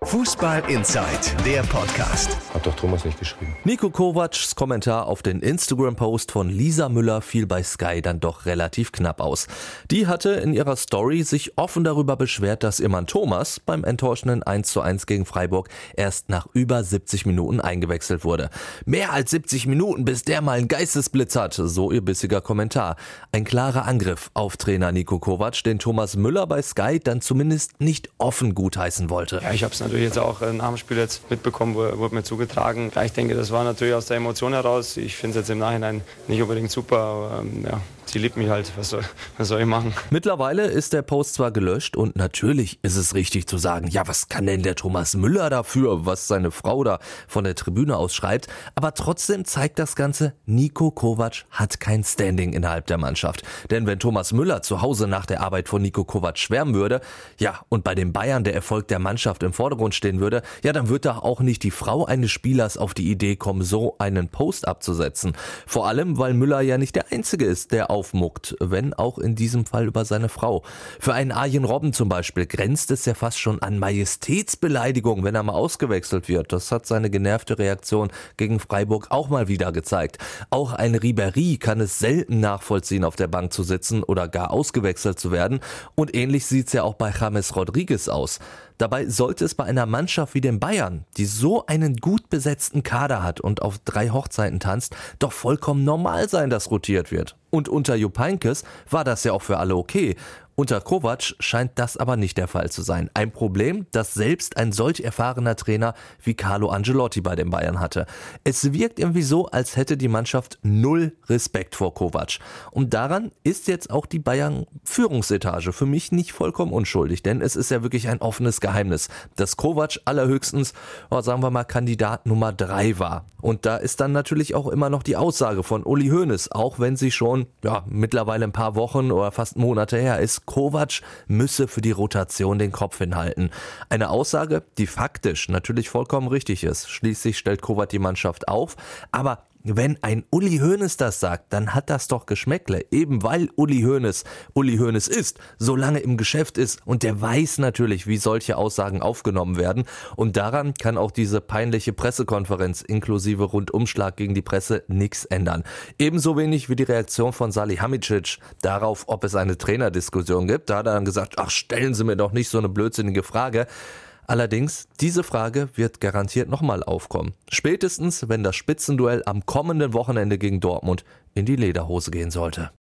Fußball Inside, der Podcast. Hat doch Thomas nicht geschrieben. Niko Kovacs Kommentar auf den Instagram-Post von Lisa Müller fiel bei Sky dann doch relativ knapp aus. Die hatte in ihrer Story sich offen darüber beschwert, dass ihr Mann Thomas beim enttäuschenden 1:1 gegen Freiburg erst nach über 70 Minuten eingewechselt wurde. Mehr als 70 Minuten, bis der mal einen Geistesblitz hat, so ihr bissiger Kommentar. Ein klarer Angriff auf Trainer Niko Kovac, den Thomas Müller bei Sky dann zumindest nicht offen gutheißen wollte. Ja, ich habe es natürlich jetzt auch nach dem Spiel jetzt mitbekommen, wurde mir zugetragen. Ja, ich denke, das war natürlich aus der Emotion heraus. Ich finde es jetzt im Nachhinein nicht unbedingt super, aber ja, sie liebt mich halt. Was soll ich machen? Mittlerweile ist der Post zwar gelöscht und natürlich ist es richtig zu sagen, ja, was kann denn der Thomas Müller dafür, was seine Frau da von der Tribüne aus schreibt, aber trotzdem zeigt das Ganze, Niko Kovac hat kein Standing innerhalb der Mannschaft. Denn wenn Thomas Müller zu Hause nach der Arbeit von Niko Kovac schwärmen würde, ja, und bei den Bayern der Erfolg der Mannschaft im Vordergrund stehen würde, ja, dann wird da auch nicht die Frau eines Spielers auf die Idee kommen, so einen Post abzusetzen. Vor allem, weil Müller ja nicht der Einzige ist, der aufmuckt, wenn auch in diesem Fall über seine Frau. Für einen Arjen Robben zum Beispiel grenzt es ja fast schon an Majestätsbeleidigung, wenn er mal ausgewechselt wird. Das hat seine genervte Reaktion gegen Freiburg auch mal wieder gezeigt. Auch ein Ribéry kann es selten nachvollziehen, auf der Bank zu sitzen oder gar ausgewechselt zu werden. Und ähnlich sieht es ja auch bei James Rodriguez aus. Dabei sollte es bei einer Mannschaft wie den Bayern, die so einen gut besetzten Kader hat und auf 3 Hochzeiten tanzt, doch vollkommen normal sein, dass rotiert wird. Und unter Jupp Heynckes war das ja auch für alle okay. Unter Kovac scheint das aber nicht der Fall zu sein. Ein Problem, das selbst ein solch erfahrener Trainer wie Carlo Ancelotti bei den Bayern hatte. Es wirkt irgendwie so, als hätte die Mannschaft null Respekt vor Kovac. Und daran ist jetzt auch die Bayern-Führungsetage für mich nicht vollkommen unschuldig, denn es ist ja wirklich ein offenes Geheimnis, dass Kovac allerhöchstens, sagen wir mal, Kandidat Nummer 3 war. Und da ist dann natürlich auch immer noch die Aussage von Uli Hoeneß, auch wenn sie schon mittlerweile ein paar Wochen oder fast Monate her ist, Kovac müsse für die Rotation den Kopf hinhalten. Eine Aussage, die faktisch natürlich vollkommen richtig ist. Schließlich stellt Kovac die Mannschaft auf, aber wenn ein Uli Hoeneß das sagt, dann hat das doch Geschmäckle. Eben weil Uli Hoeneß ist, so lange im Geschäft ist und der weiß natürlich, wie solche Aussagen aufgenommen werden. Und daran kann auch diese peinliche Pressekonferenz inklusive Rundumschlag gegen die Presse nichts ändern. Ebenso wenig wie die Reaktion von Salihamidzic darauf, ob es eine Trainerdiskussion gibt. Da hat er dann gesagt, ach, stellen Sie mir doch nicht so eine blödsinnige Frage. Allerdings, diese Frage wird garantiert nochmal aufkommen. Spätestens, wenn das Spitzenduell am kommenden Wochenende gegen Dortmund in die Lederhose gehen sollte.